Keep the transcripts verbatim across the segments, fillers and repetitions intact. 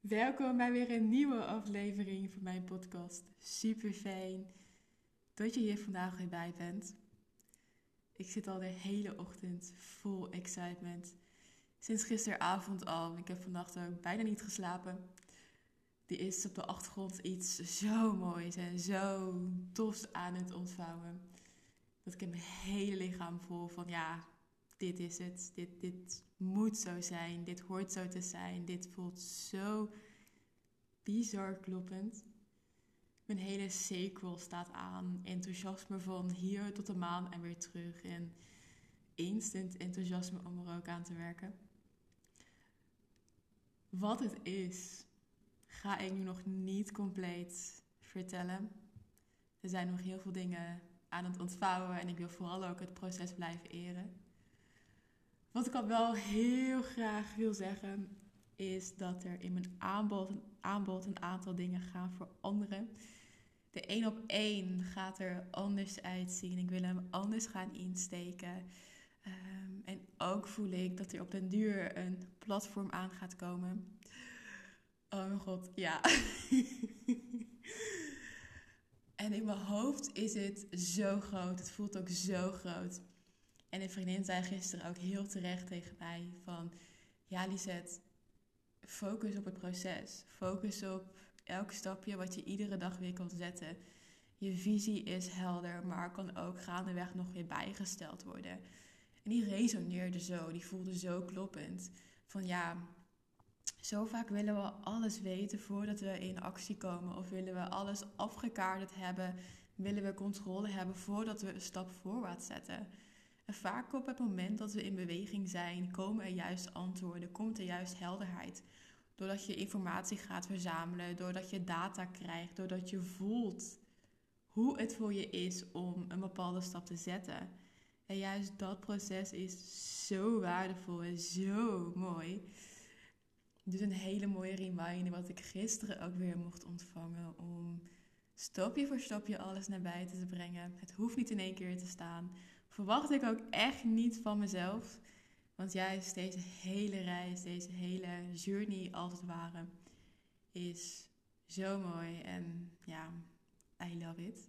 Welkom bij weer een nieuwe aflevering van mijn podcast. Super fijn dat je hier vandaag weer bij bent. Ik zit al de hele ochtend vol excitement. Sinds gisteravond al. Ik heb vannacht ook bijna niet geslapen. Er is op de achtergrond iets zo moois en zo tofs aan het ontvouwen. Dat ik in mijn hele lichaam voel van ja, dit is het. Dit, dit moet zo zijn. Dit hoort zo te zijn. Dit voelt zo bizar kloppend. Mijn hele sacral staat aan. Enthousiasme van hier tot de maan en weer terug. En instant enthousiasme om er ook aan te werken. Wat het is, ga ik nu nog niet compleet vertellen. Er zijn nog heel veel dingen aan het ontvouwen en ik wil vooral ook het proces blijven eren. Wat ik al wel heel graag wil zeggen, is dat er in mijn aanbod, aanbod een aantal dingen gaan veranderen. De één op één gaat er anders uitzien. Ik wil hem anders gaan insteken. Um, en ook voel ik dat er op den duur een platform aan gaat komen. Oh mijn god, ja. En in mijn hoofd is het zo groot. Het voelt ook zo groot. En een vriendin zei gisteren ook heel terecht tegen mij van... Ja, Lisette, focus op het proces. Focus op elk stapje wat je iedere dag weer kan zetten. Je visie is helder, maar kan ook gaandeweg nog weer bijgesteld worden. En die resoneerde zo, die voelde zo kloppend. Van ja, zo vaak willen we alles weten voordat we in actie komen. Of willen we alles afgekaart hebben. Willen we controle hebben voordat we een stap voorwaarts zetten. En vaak op het moment dat we in beweging zijn, komen er juist antwoorden, komt er juist helderheid. Doordat je informatie gaat verzamelen, doordat je data krijgt, doordat je voelt hoe het voor je is om een bepaalde stap te zetten. En juist dat proces is zo waardevol en zo mooi. Dus een hele mooie reminder wat ik gisteren ook weer mocht ontvangen om stapje voor stapje alles naar buiten te brengen. Het hoeft niet in één keer te staan. Verwacht ik ook echt niet van mezelf. Want juist deze hele reis, deze hele journey als het ware, is zo mooi. En ja, I love it.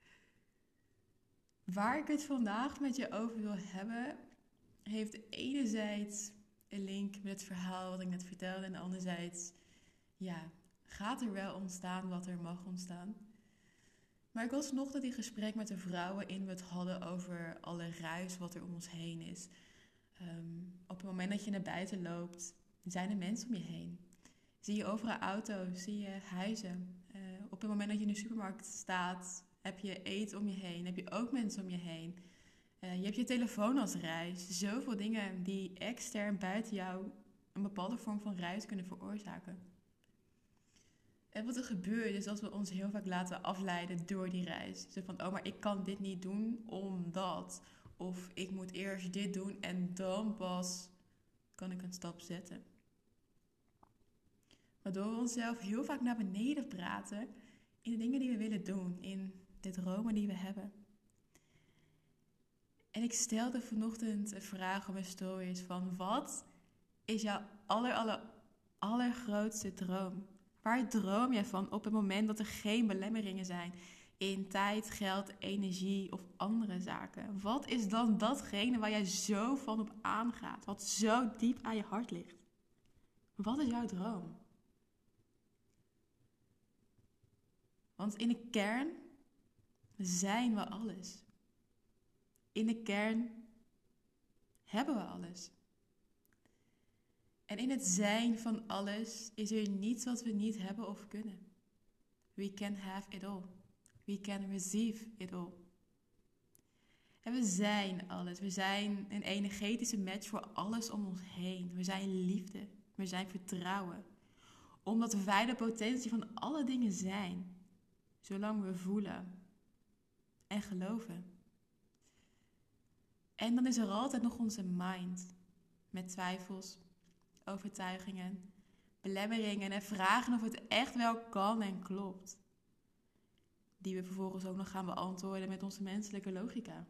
Waar ik het vandaag met je over wil hebben, heeft enerzijds een link met het verhaal wat ik net vertelde. En anderzijds, ja, gaat er wel ontstaan wat er mag ontstaan. Maar ik was nog dat die gesprek met de vrouwen in we het hadden over alle ruis wat er om ons heen is. Um, op het moment dat je naar buiten loopt, zijn er mensen om je heen. Zie je overal auto's, zie je huizen. Uh, op het moment dat je in de supermarkt staat, heb je eten om je heen, heb je ook mensen om je heen. Uh, je hebt je telefoon als ruis. Zoveel dingen die extern buiten jou een bepaalde vorm van ruis kunnen veroorzaken. En wat er gebeurt is dat we ons heel vaak laten afleiden door die reis. Zo van, oh, maar ik kan dit niet doen omdat. Of ik moet eerst dit doen en dan pas kan ik een stap zetten. Waardoor we onszelf heel vaak naar beneden praten in de dingen die we willen doen. In de dromen die we hebben. En ik stelde vanochtend een vraag op mijn stories van, wat is jouw aller, aller, allergrootste droom? Waar droom je van op het moment dat er geen belemmeringen zijn in tijd, geld, energie of andere zaken? Wat is dan datgene waar jij zo van op aangaat, wat zo diep aan je hart ligt? Wat is jouw droom? Want in de kern zijn we alles. In de kern hebben we alles. En in het zijn van alles is er niets wat we niet hebben of kunnen. We can have it all. We can receive it all. En we zijn alles. We zijn een energetische match voor alles om ons heen. We zijn liefde. We zijn vertrouwen. Omdat wij de potentie van alle dingen zijn. Zolang we voelen en geloven. En dan is er altijd nog onze mind. Met twijfels, overtuigingen, belemmeringen en vragen of het echt wel kan en klopt. Die we vervolgens ook nog gaan beantwoorden met onze menselijke logica.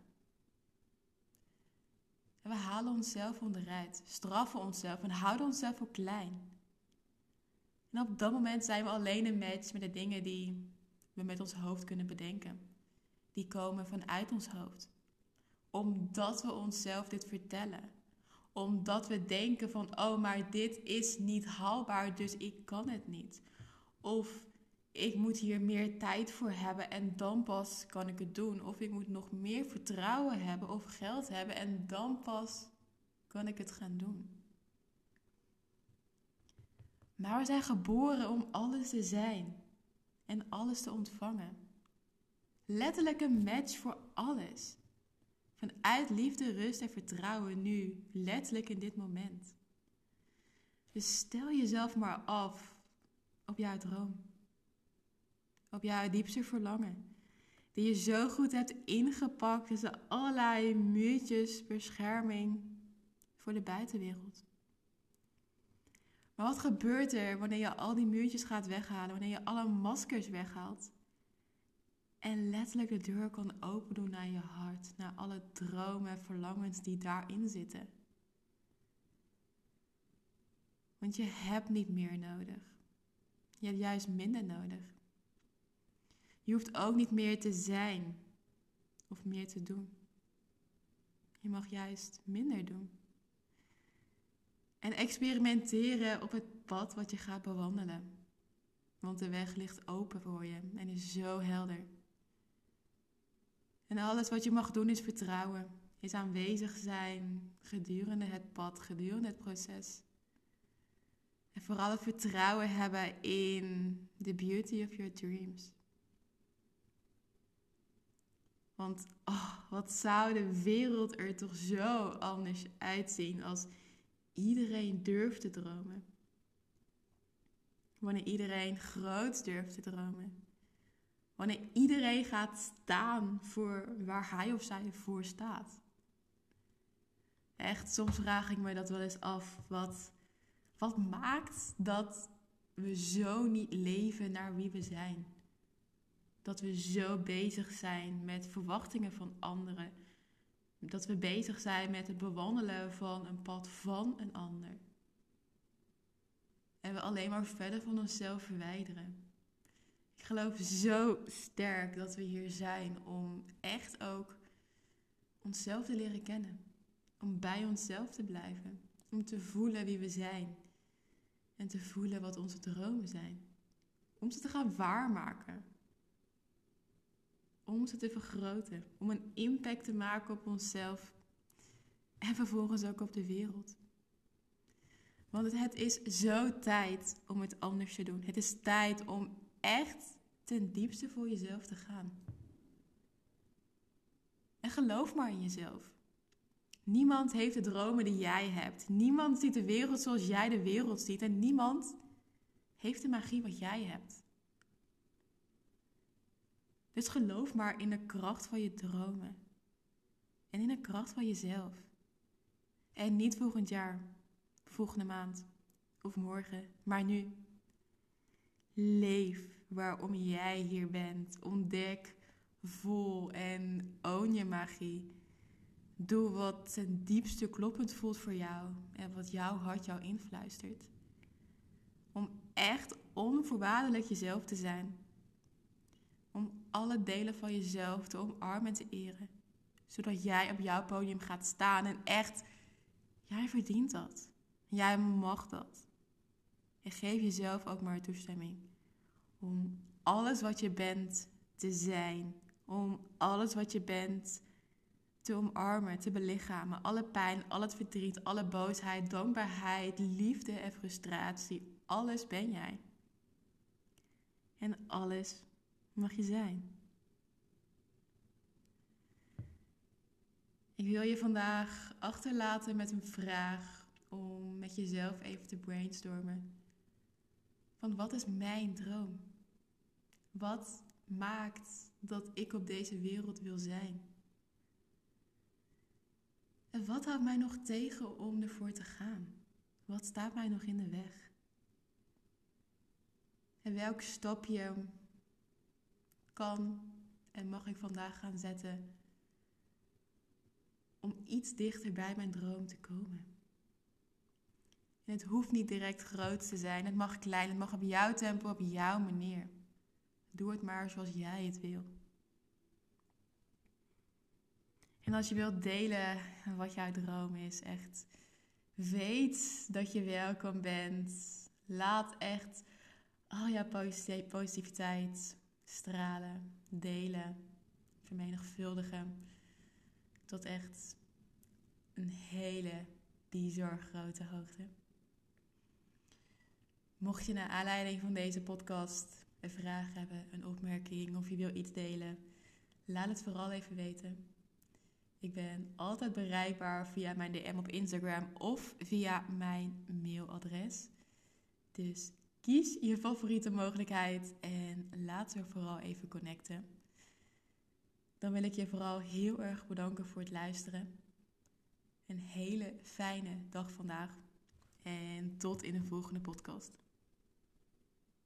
En we halen onszelf onderuit, straffen onszelf en houden onszelf voor klein. En op dat moment zijn we alleen een match met de dingen die we met ons hoofd kunnen bedenken. Die komen vanuit ons hoofd. Omdat we onszelf dit vertellen. Omdat we denken van, oh, maar dit is niet haalbaar, dus ik kan het niet. Of ik moet hier meer tijd voor hebben en dan pas kan ik het doen. Of ik moet nog meer vertrouwen hebben of geld hebben en dan pas kan ik het gaan doen. Maar we zijn geboren om alles te zijn en alles te ontvangen. Letterlijk een match voor alles. Vanuit liefde, rust en vertrouwen nu, letterlijk in dit moment. Dus stel jezelf maar af op jouw droom. Op jouw diepste verlangen. Die je zo goed hebt ingepakt tussen allerlei muurtjes, bescherming voor de buitenwereld. Maar wat gebeurt er wanneer je al die muurtjes gaat weghalen? Wanneer je alle maskers weghaalt? En letterlijk de deur kan open doen naar je hart. Naar alle dromen en verlangens die daarin zitten. Want je hebt niet meer nodig. Je hebt juist minder nodig. Je hoeft ook niet meer te zijn. Of meer te doen. Je mag juist minder doen. En experimenteren op het pad wat je gaat bewandelen. Want de weg ligt open voor je en is zo helder. En alles wat je mag doen is vertrouwen. Is aanwezig zijn gedurende het pad, gedurende het proces. En vooral het vertrouwen hebben in the beauty of your dreams. Want oh, wat zou de wereld er toch zo anders uitzien als iedereen durft te dromen. Wanneer iedereen groot durft te dromen. Wanneer iedereen gaat staan voor waar hij of zij voor staat. Echt, soms vraag ik me dat wel eens af. Wat, wat maakt dat we zo niet leven naar wie we zijn? Dat we zo bezig zijn met verwachtingen van anderen. Dat we bezig zijn met het bewandelen van een pad van een ander. En we alleen maar verder van onszelf verwijderen. Ik geloof zo sterk dat we hier zijn om echt ook onszelf te leren kennen. Om bij onszelf te blijven. Om te voelen wie we zijn. En te voelen wat onze dromen zijn. Om ze te gaan waarmaken. Om ze te vergroten. Om een impact te maken op onszelf. En vervolgens ook op de wereld. Want het is zo tijd om het anders te doen. Het is tijd om echt ten diepste voor jezelf te gaan. En geloof maar in jezelf. Niemand heeft de dromen die jij hebt. Niemand ziet de wereld zoals jij de wereld ziet. En niemand heeft de magie wat jij hebt. Dus geloof maar in de kracht van je dromen. En in de kracht van jezelf. En niet volgend jaar, volgende maand of morgen, maar nu. Leef waarom jij hier bent. Ontdek, voel en own je magie. Doe wat ten diepste kloppend voelt voor jou en wat jouw hart jou influistert. Om echt onvoorwaardelijk jezelf te zijn. Om alle delen van jezelf te omarmen en te eren. Zodat jij op jouw podium gaat staan en echt, jij verdient dat. Jij mag dat. En geef jezelf ook maar toestemming. Om alles wat je bent te zijn. Om alles wat je bent te omarmen, te belichamen. Alle pijn, al het verdriet, alle boosheid, dankbaarheid, liefde en frustratie. Alles ben jij. En alles mag je zijn. Ik wil je vandaag achterlaten met een vraag om met jezelf even te brainstormen. Van wat is mijn droom? Wat maakt dat ik op deze wereld wil zijn? En wat houdt mij nog tegen om ervoor te gaan? Wat staat mij nog in de weg? En welk stapje kan en mag ik vandaag gaan zetten om iets dichter bij mijn droom te komen? En het hoeft niet direct groot te zijn. Het mag klein, het mag op jouw tempo, op jouw manier. Doe het maar zoals jij het wil. En als je wilt delen wat jouw droom is, echt weet dat je welkom bent. Laat echt al jouw positiviteit stralen, delen, vermenigvuldigen. Tot echt een hele bizar grote hoogte. Mocht je naar aanleiding van deze podcast een vraag hebben, een opmerking of je wil iets delen, laat het vooral even weten. Ik ben altijd bereikbaar via mijn D M op Instagram of via mijn mailadres. Dus kies je favoriete mogelijkheid en laten we vooral even connecten. Dan wil ik je vooral heel erg bedanken voor het luisteren. Een hele fijne dag vandaag en tot in de volgende podcast.